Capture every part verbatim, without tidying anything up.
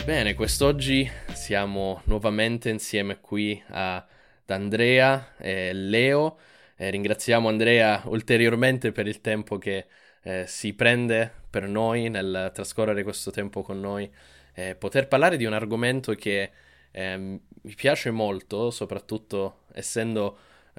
Bene, quest'oggi siamo nuovamente insieme qui a- ad Andrea e Leo. Eh, ringraziamo Andrea ulteriormente per il tempo che eh, si prende per noi nel trascorrere questo tempo con noi. Eh, poter parlare di un argomento che ehm, mi piace molto, soprattutto essendo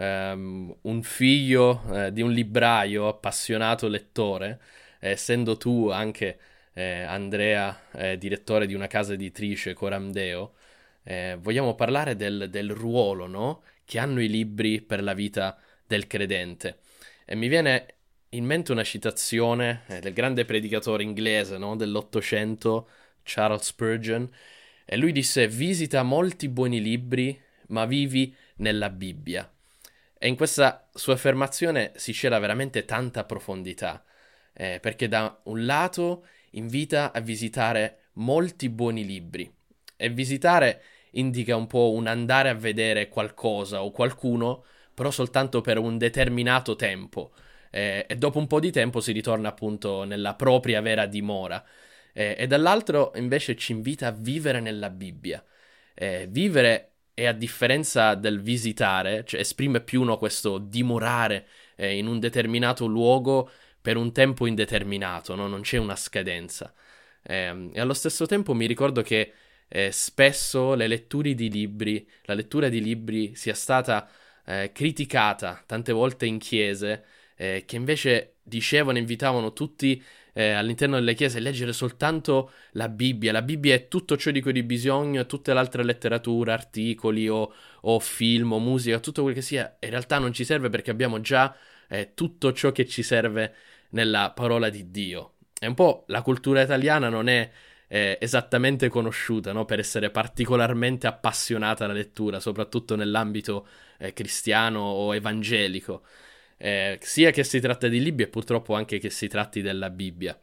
ehm, un figlio eh, di un libraio appassionato lettore, eh, essendo tu anche eh, Andrea, eh, direttore di una casa editrice, Coramdeo, eh, vogliamo parlare del, del ruolo, no? Che hanno i libri per la vita del credente. E mi viene in mente una citazione eh, del grande predicatore inglese, no? Dell'Ottocento, Charles Spurgeon, e lui disse: visita molti buoni libri, ma vivi nella Bibbia. E in questa sua affermazione si cela veramente tanta profondità, eh, perché da un lato invita a visitare molti buoni libri, e visitare indica un po' un andare a vedere qualcosa o qualcuno, però soltanto per un determinato tempo, eh, e dopo un po' di tempo si ritorna appunto nella propria vera dimora. Eh, e dall'altro invece ci invita a vivere nella Bibbia. Eh, vivere e a differenza del visitare, cioè esprime più uno questo dimorare eh, in un determinato luogo per un tempo indeterminato, no? Non c'è una scadenza. Ehm, e allo stesso tempo mi ricordo che eh, spesso le letture di libri, la lettura di libri sia stata eh, criticata tante volte in chiese, eh, che invece dicevano, invitavano tutti eh, all'interno delle chiese a leggere soltanto la Bibbia. La Bibbia è tutto ciò di cui hai bisogno, e tutta l'altra letteratura, articoli o, o film o musica, tutto quel che sia, in realtà non ci serve perché abbiamo già eh, tutto ciò che ci serve nella parola di Dio. E un po' la cultura italiana non è eh, esattamente conosciuta, no? Per essere particolarmente appassionata alla lettura, soprattutto nell'ambito eh, cristiano o evangelico. Eh, sia che si tratta di libri e purtroppo anche che si tratti della Bibbia.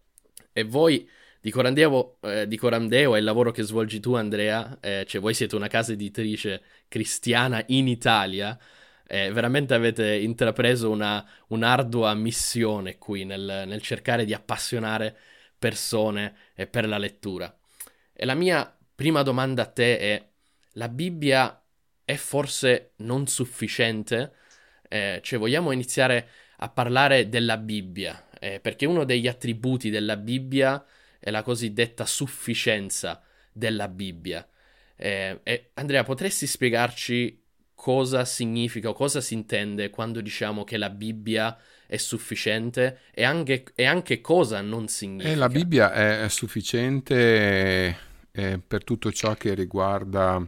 E voi di Corandeo, eh, di Corandeo e il lavoro che svolgi tu, Andrea, eh, cioè voi siete una casa editrice cristiana in Italia, eh, veramente avete intrapreso una, un'ardua missione qui nel, nel cercare di appassionare persone eh, per la lettura. E la mia prima domanda a te è: la Bibbia è forse non sufficiente? Eh, cioè vogliamo iniziare a parlare della Bibbia, eh, perché uno degli attributi della Bibbia è la cosiddetta sufficienza della Bibbia. Eh, e Andrea, potresti spiegarci cosa significa o cosa si intende quando diciamo che la Bibbia è sufficiente e anche, e anche cosa non E la significa? Bibbia è, è sufficiente eh, per tutto ciò che riguarda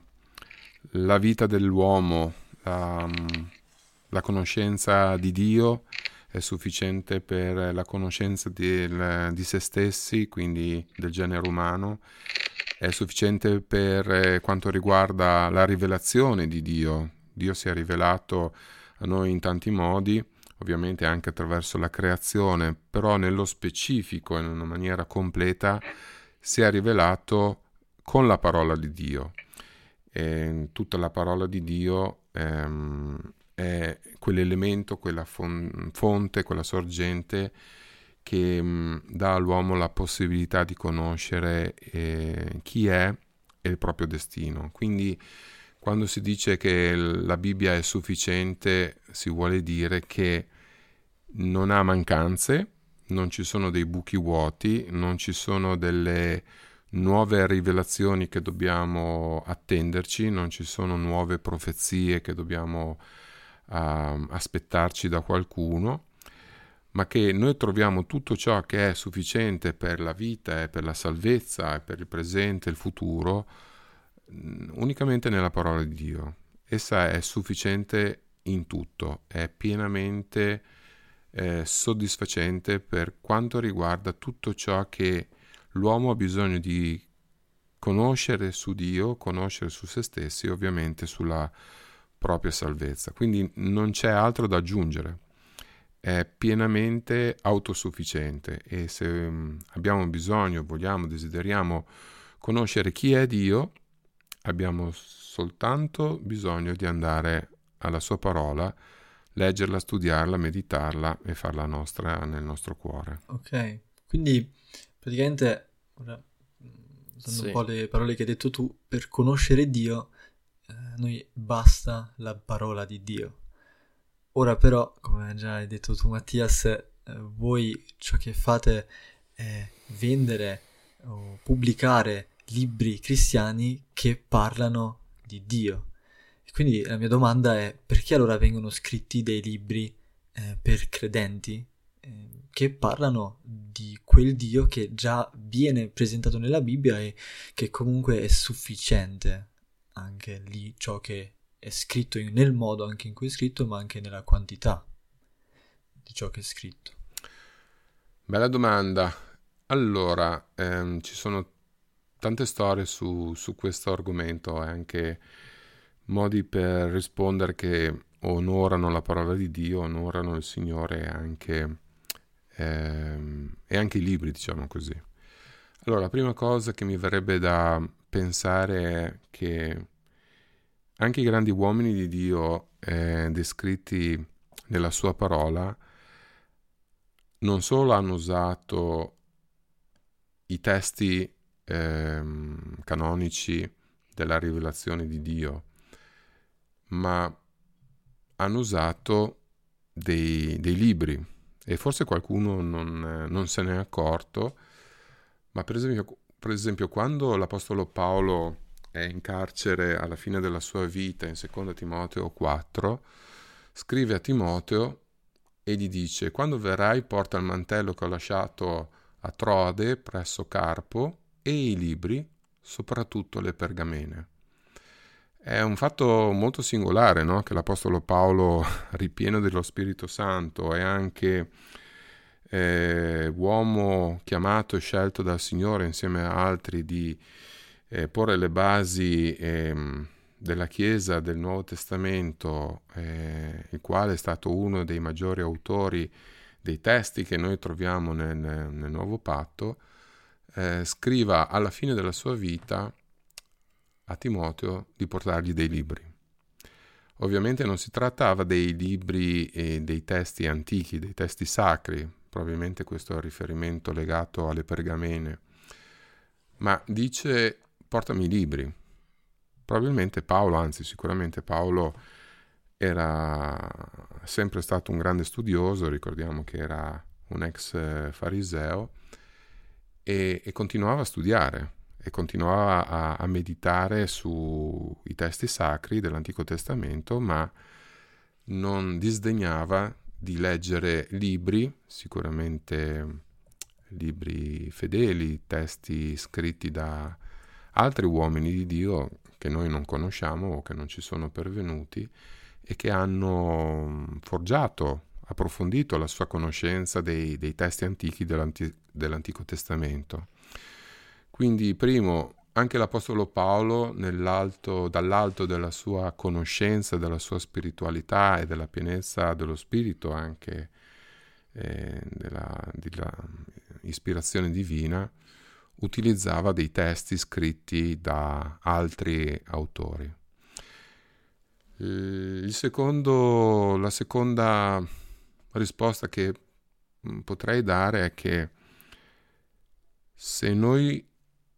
la vita dell'uomo, la, la conoscenza di Dio, è sufficiente per la conoscenza del- di se stessi, quindi del genere umano, è sufficiente per eh, quanto riguarda la rivelazione di Dio. Dio si è rivelato a noi in tanti modi, ovviamente anche attraverso la creazione, però nello specifico, in una maniera completa, si è rivelato con la parola di Dio. E tutta la parola di Dio ehm, è quell'elemento, quella fon- fonte, quella sorgente che mh, dà all'uomo la possibilità di conoscere eh, chi è e il proprio destino. Quindi quando si dice che la Bibbia è sufficiente, si vuole dire che non ha mancanze, non ci sono dei buchi vuoti, non ci sono delle nuove rivelazioni che dobbiamo attenderci, non ci sono nuove profezie che dobbiamo uh, aspettarci da qualcuno, ma che noi troviamo tutto ciò che è sufficiente per la vita e per la salvezza e per il presente e il futuro mh, unicamente nella parola di Dio. Essa è sufficiente in tutto, è pienamente eh, soddisfacente per quanto riguarda tutto ciò che l'uomo ha bisogno di conoscere su Dio, conoscere su se stessi e ovviamente sulla propria salvezza. Quindi non c'è altro da aggiungere, è pienamente autosufficiente e se um, abbiamo bisogno, vogliamo, desideriamo conoscere chi è Dio, abbiamo soltanto bisogno di andare alla sua parola, leggerla, studiarla, meditarla e farla nostra nel nostro cuore. Ok, quindi praticamente ora, mh, usando Sì. un po' le parole che hai detto tu, per conoscere Dio, eh, noi basta la parola di Dio. Ora però, come già hai detto tu Mattias, eh, voi ciò che fate è vendere o pubblicare libri cristiani che parlano di Dio. E quindi la mia domanda è: perché allora vengono scritti dei libri eh, per credenti eh, che parlano di quel Dio che già viene presentato nella Bibbia e che comunque è sufficiente anche lì ciò che è scritto in- nel modo anche in cui è scritto, ma anche nella quantità di ciò che è scritto. Bella domanda. Allora, ehm, ci sono tante storie su, su questo argomento e anche modi per rispondere che onorano la parola di Dio, onorano il Signore e anche, ehm, e anche i libri, diciamo così. Allora, la prima cosa che mi verrebbe da pensare è che anche i grandi uomini di Dio eh, descritti nella sua parola non solo hanno usato i testi ehm, canonici della rivelazione di Dio, ma hanno usato dei, dei libri e forse qualcuno non, eh, non se ne è accorto, ma per esempio, per esempio quando l'Apostolo Paolo è in carcere alla fine della sua vita, in seconda Timoteo quattro, scrive a Timoteo e gli dice: quando verrai porta il mantello che ho lasciato a Troade presso Carpo e i libri, soprattutto le pergamene. È un fatto molto singolare, no? Che l'Apostolo Paolo, ripieno dello Spirito Santo e anche eh, uomo chiamato e scelto dal Signore insieme a altri di eh, porre le basi ehm, della Chiesa del Nuovo Testamento, eh, il quale è stato uno dei maggiori autori dei testi che noi troviamo nel, nel Nuovo Patto, eh, scriva alla fine della sua vita a Timoteo di portargli dei libri. Ovviamente non si trattava dei libri e dei testi antichi, dei testi sacri, probabilmente questo è un riferimento legato alle pergamene, ma dice: portami i libri. Probabilmente Paolo, anzi sicuramente Paolo, era sempre stato un grande studioso, ricordiamo che era un ex fariseo, e, e continuava a studiare e continuava a, a meditare sui testi sacri dell'Antico Testamento, ma non disdegnava di leggere libri, sicuramente libri fedeli, testi scritti da altri uomini di Dio che noi non conosciamo o che non ci sono pervenuti e che hanno forgiato, approfondito la sua conoscenza dei, dei testi antichi dell'Anti- dell'Antico Testamento. Quindi, primo, anche l'Apostolo Paolo, nell'alto, dall'alto della sua conoscenza, della sua spiritualità e della pienezza dello Spirito, anche eh, della, della ispirazione divina, utilizzava dei testi scritti da altri autori. Il secondo, la seconda risposta che potrei dare è che se noi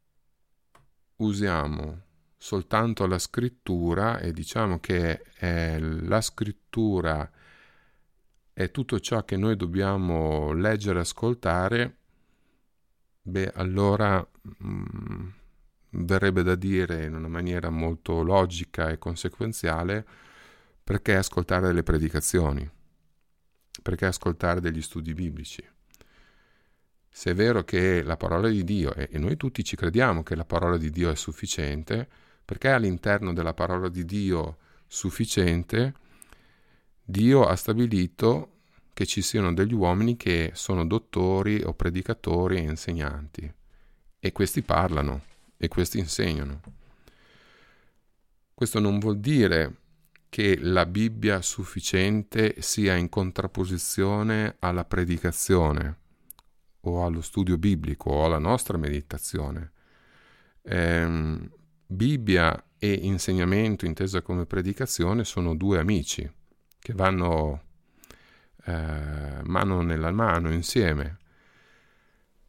usiamo soltanto la scrittura e diciamo che è la scrittura è tutto ciò che noi dobbiamo leggere e ascoltare, beh, allora mh, verrebbe da dire in una maniera molto logica e conseguenziale: perché ascoltare delle predicazioni? Perché ascoltare degli studi biblici? Se è vero che la parola di Dio, e noi tutti ci crediamo che la parola di Dio è sufficiente, perché all'interno della parola di Dio sufficiente, Dio ha stabilito che ci siano degli uomini che sono dottori o predicatori e insegnanti, e questi parlano e questi insegnano. Questo non vuol dire che la Bibbia sufficiente sia in contrapposizione alla predicazione o allo studio biblico o alla nostra meditazione. Eh, Bibbia e insegnamento, intesa come predicazione, sono due amici che vanno eh, mano nella mano insieme.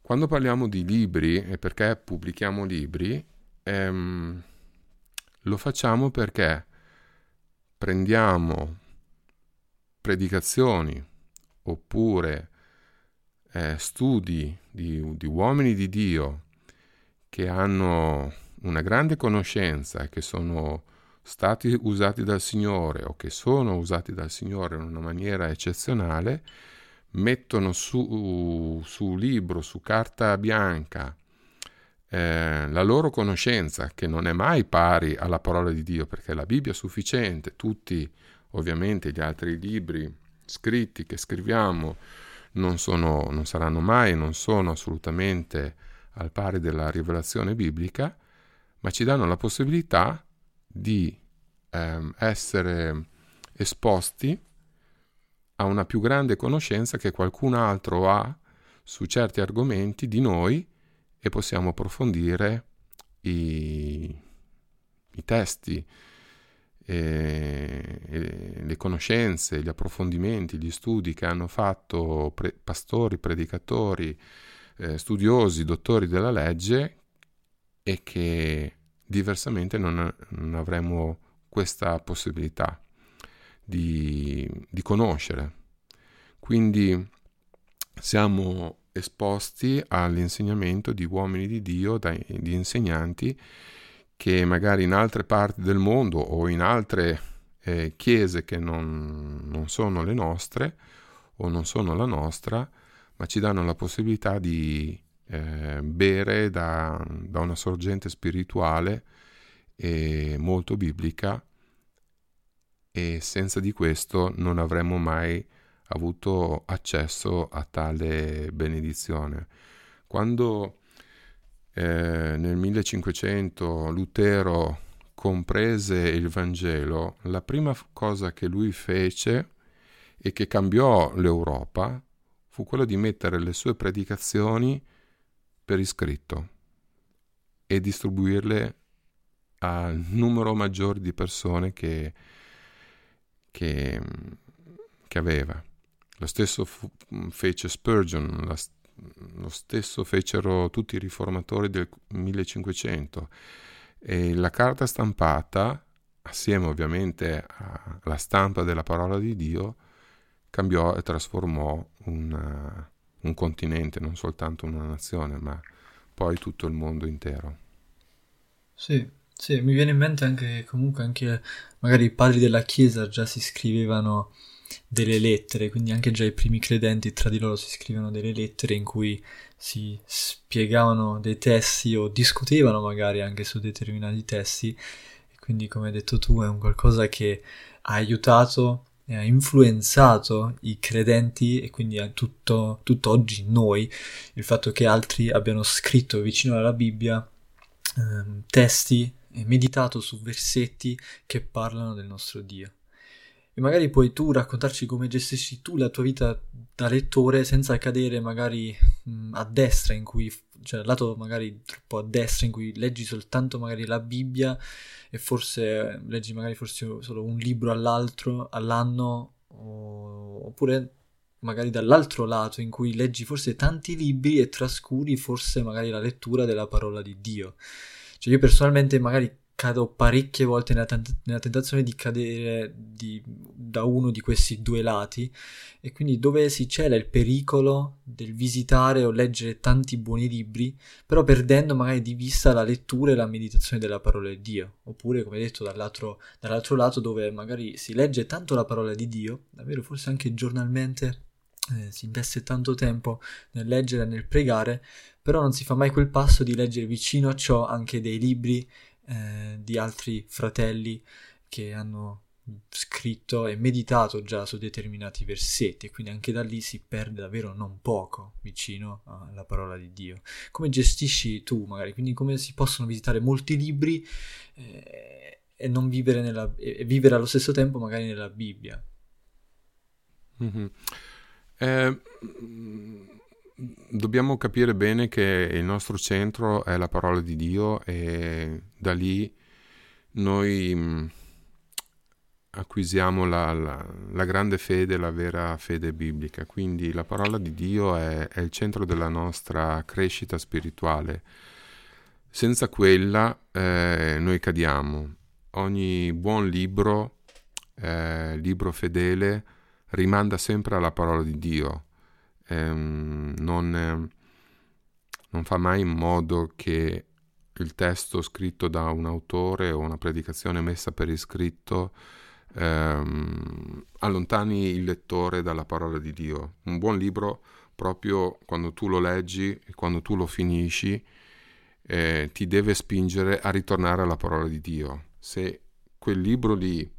quando parliamo di libri e perché pubblichiamo libri, ehm, lo facciamo perché prendiamo predicazioni oppure eh, studi di, di uomini di Dio che hanno una grande conoscenza e che sono stati usati dal Signore o che sono usati dal Signore in una maniera eccezionale, mettono su, su libro, su carta bianca, eh, la loro conoscenza, che non è mai pari alla parola di Dio, perché la Bibbia è sufficiente, tutti ovviamente gli altri libri scritti che scriviamo non sono, non saranno mai, non sono assolutamente al pari della rivelazione biblica, ma ci danno la possibilità di ehm, essere esposti a una più grande conoscenza che qualcun altro ha su certi argomenti di noi, e possiamo approfondire i, i testi, e, e le conoscenze, gli approfondimenti, gli studi che hanno fatto pre- pastori, predicatori, eh, studiosi, dottori della legge, e che diversamente non, non avremmo questa possibilità di, di conoscere. Quindi siamo esposti all'insegnamento di uomini di Dio, dai, di insegnanti che magari in altre parti del mondo o in altre eh, chiese che non, non sono le nostre o non sono la nostra, ma ci danno la possibilità di eh, bere da, da una sorgente spirituale e molto biblica, e senza di questo non avremmo mai avuto accesso a tale benedizione. Quando eh, nel millecinquecento Lutero comprese il Vangelo, la prima cosa che lui fece e che cambiò l'Europa fu quello di mettere le sue predicazioni per iscritto e distribuirle al numero maggiore di persone che, che, che aveva. Lo stesso fu, fece Spurgeon, la, lo stesso fecero tutti i riformatori del millecinquecento, e la carta stampata, assieme ovviamente alla stampa della parola di Dio, cambiò e trasformò un, un continente, non soltanto una nazione, ma poi tutto il mondo intero. Sì, sì, mi viene in mente anche comunque anche magari i padri della Chiesa già si scrivevano delle lettere, quindi anche già i primi credenti tra di loro si scrivevano delle lettere in cui si spiegavano dei testi o discutevano magari anche su determinati testi, e quindi come hai detto tu è un qualcosa che ha aiutato e ha influenzato i credenti, e quindi a tutto, tutto oggi noi, il fatto che altri abbiano scritto vicino alla Bibbia ehm, testi e meditato su versetti che parlano del nostro Dio. E magari puoi tu raccontarci come gestisci tu la tua vita da lettore senza cadere magari mh, a destra, in cui, cioè lato magari troppo a destra, in cui leggi soltanto magari la Bibbia e forse leggi magari forse solo un libro all'altro, all'anno, o, oppure magari dall'altro lato in cui leggi forse tanti libri e trascuri forse magari la lettura della parola di Dio. Cioè io personalmente magari cado parecchie volte nella, tent- nella tentazione di cadere di, da uno di questi due lati, e quindi dove si cela il pericolo del visitare o leggere tanti buoni libri, però perdendo magari di vista la lettura e la meditazione della parola di Dio, oppure come detto dall'altro, dall'altro lato dove magari si legge tanto la parola di Dio, davvero forse anche giornalmente eh, si investe tanto tempo nel leggere e nel pregare, però non si fa mai quel passo di leggere vicino a ciò anche dei libri Eh, di altri fratelli che hanno scritto e meditato già su determinati versetti, e quindi anche da lì si perde davvero non poco vicino alla parola di Dio. Come gestisci tu magari? Quindi come si possono visitare molti libri eh, e non vivere nella, e vivere allo stesso tempo magari nella Bibbia? Mm-hmm. Eh, dobbiamo capire bene che il nostro centro è la parola di Dio, e da lì noi mh, acquisiamo la, la, la grande fede, la vera fede biblica. Quindi la parola di Dio è, è il centro della nostra crescita spirituale. Senza quella eh, noi cadiamo. Ogni buon libro, eh, libro fedele, rimanda sempre alla parola di Dio. Ehm, non, eh, non fa mai in modo che il testo scritto da un autore o una predicazione messa per iscritto ehm, allontani il lettore dalla parola di Dio. Un buon libro, proprio quando tu lo leggi e quando tu lo finisci, eh, ti deve spingere a ritornare alla parola di Dio. Se quel libro lì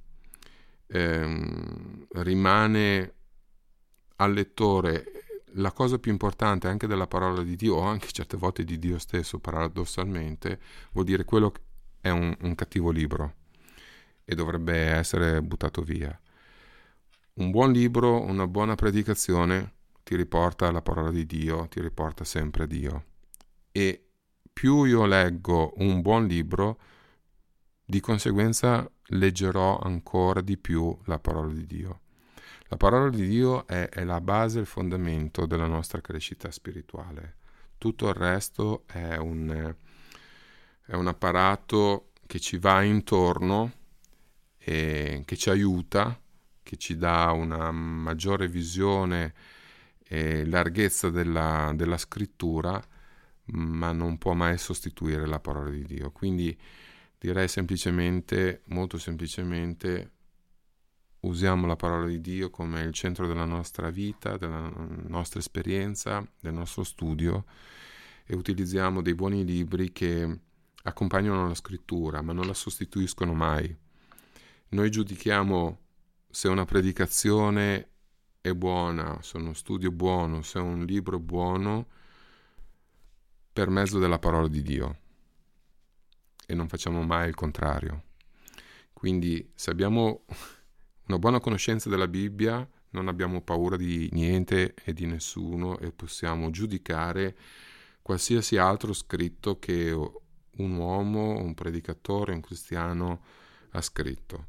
ehm, rimane al lettore la cosa più importante anche della parola di Dio, o anche certe volte di Dio stesso, paradossalmente, vuol dire quello è un, un cattivo libro e dovrebbe essere buttato via. Un buon libro, una buona predicazione ti riporta alla parola di Dio, ti riporta sempre a Dio. E più io leggo un buon libro, di conseguenza leggerò ancora di più la parola di Dio. La parola di Dio è, è la base, il fondamento della nostra crescita spirituale. Tutto il resto è un, è un apparato che ci va intorno e che ci aiuta, che ci dà una maggiore visione e larghezza della, della scrittura, ma non può mai sostituire la parola di Dio. Quindi direi semplicemente, molto semplicemente, usiamo la parola di Dio come il centro della nostra vita, della nostra esperienza, del nostro studio, e utilizziamo dei buoni libri che accompagnano la scrittura, ma non la sostituiscono mai. Noi giudichiamo se una predicazione è buona, se uno studio è buono, se un libro è buono, per mezzo della parola di Dio, e non facciamo mai il contrario. Quindi se abbiamo una buona conoscenza della Bibbia, non abbiamo paura di niente e di nessuno e possiamo giudicare qualsiasi altro scritto che un uomo, un predicatore, un cristiano ha scritto.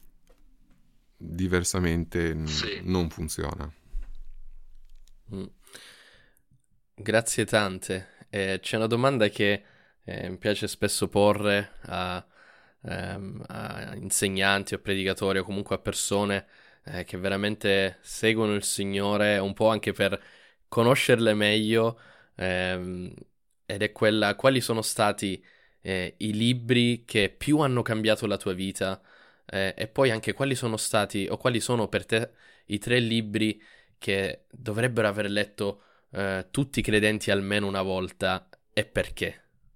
Diversamente sì. n- non funziona. Mm. Grazie tante. Eh, c'è una domanda che eh, mi piace spesso porre a a insegnanti o predicatori o comunque a persone eh, che veramente seguono il Signore, un po' anche per conoscerle meglio, ehm, ed è quella: quali sono stati eh, i libri che più hanno cambiato la tua vita, eh, e poi anche quali sono stati o quali sono per te i tre libri che dovrebbero aver letto eh, tutti i credenti almeno una volta, e perché?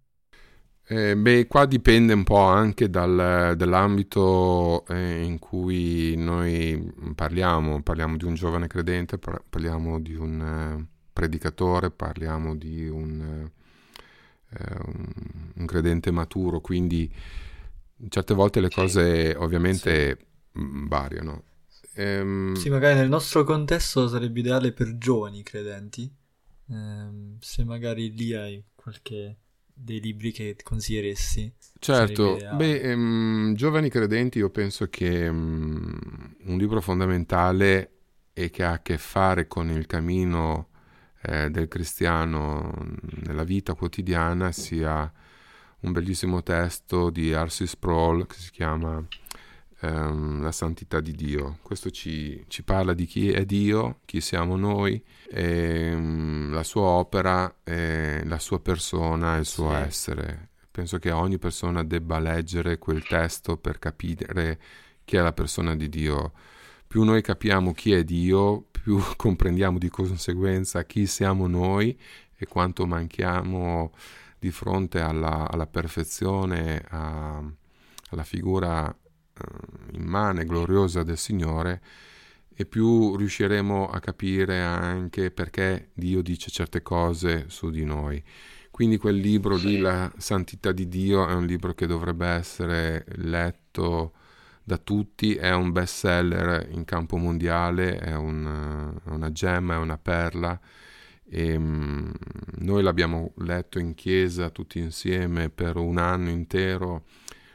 Eh, beh, qua dipende un po' anche dal, dall'ambito eh, in cui noi parliamo. Parliamo di un giovane credente, par- parliamo di un eh, predicatore, parliamo di un, eh, un, un credente maturo, quindi certe volte le cose sì. ovviamente sì. variano. Ehm... Sì, magari nel nostro contesto sarebbe ideale per giovani credenti, ehm, se magari lì hai qualche... dei libri che consiglieresti? Certo, beh, ehm, giovani credenti, io penso che um, un libro fondamentale e che ha a che fare con il cammino eh, del cristiano nella vita quotidiana sia un bellissimo testo di R C Sproul che si chiama ehm, La santità di Dio. Questo ci, ci parla di chi è Dio, chi siamo noi, e, um, la sua opera, e la sua persona, il suo sì. essere. Penso che ogni persona debba leggere quel testo per capire chi è la persona di Dio. Più noi capiamo chi è Dio, più comprendiamo di conseguenza chi siamo noi e quanto manchiamo di fronte alla, alla perfezione, a, alla figura immane, gloriosa del Signore, e più riusciremo a capire anche perché Dio dice certe cose su di noi. Quindi quel libro lì, La santità di Dio, è un libro che dovrebbe essere letto da tutti, è un best seller in campo mondiale, è una, una gemma, è una perla, e um, noi l'abbiamo letto in chiesa tutti insieme per un anno intero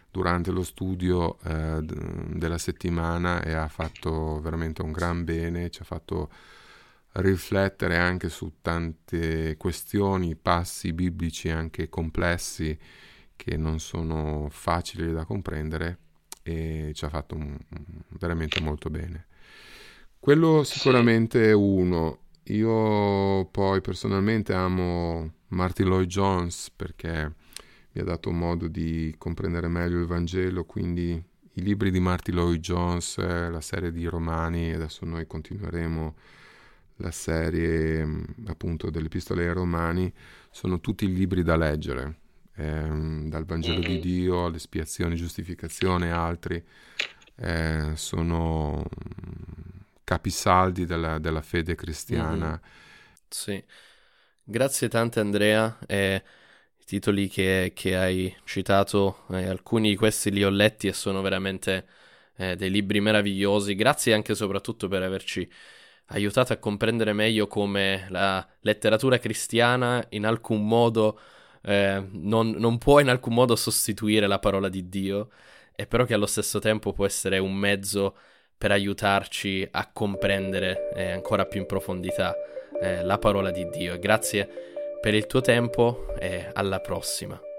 durante lo studio eh, d- della settimana e ha fatto veramente un gran bene, ci ha fatto riflettere anche su tante questioni, passi biblici anche complessi che non sono facili da comprendere, e ci ha fatto un- veramente molto bene. Quello sicuramente è uno. Io poi personalmente amo Martin Lloyd Jones perché mi ha dato modo di comprendere meglio il Vangelo, quindi i libri di Martin Lloyd Jones, eh, la serie di romani, adesso noi continueremo la serie mh, appunto delle epistole ai Romani, sono tutti libri da leggere, ehm, dal Vangelo di Mhm. Dio all'espiazione, giustificazione e altri, eh, sono mh, capisaldi della, della fede Mhm. cristiana. Sì, grazie tante Andrea. Eh, i titoli che, che hai citato, eh, alcuni di questi li ho letti e sono veramente eh, dei libri meravigliosi. Grazie anche e soprattutto per averci aiutato a comprendere meglio come la letteratura cristiana in alcun modo eh, non, non può in alcun modo sostituire la parola di Dio, e però che allo stesso tempo può essere un mezzo per aiutarci a comprendere eh, ancora più in profondità eh, la parola di Dio. E grazie per il tuo tempo e alla prossima.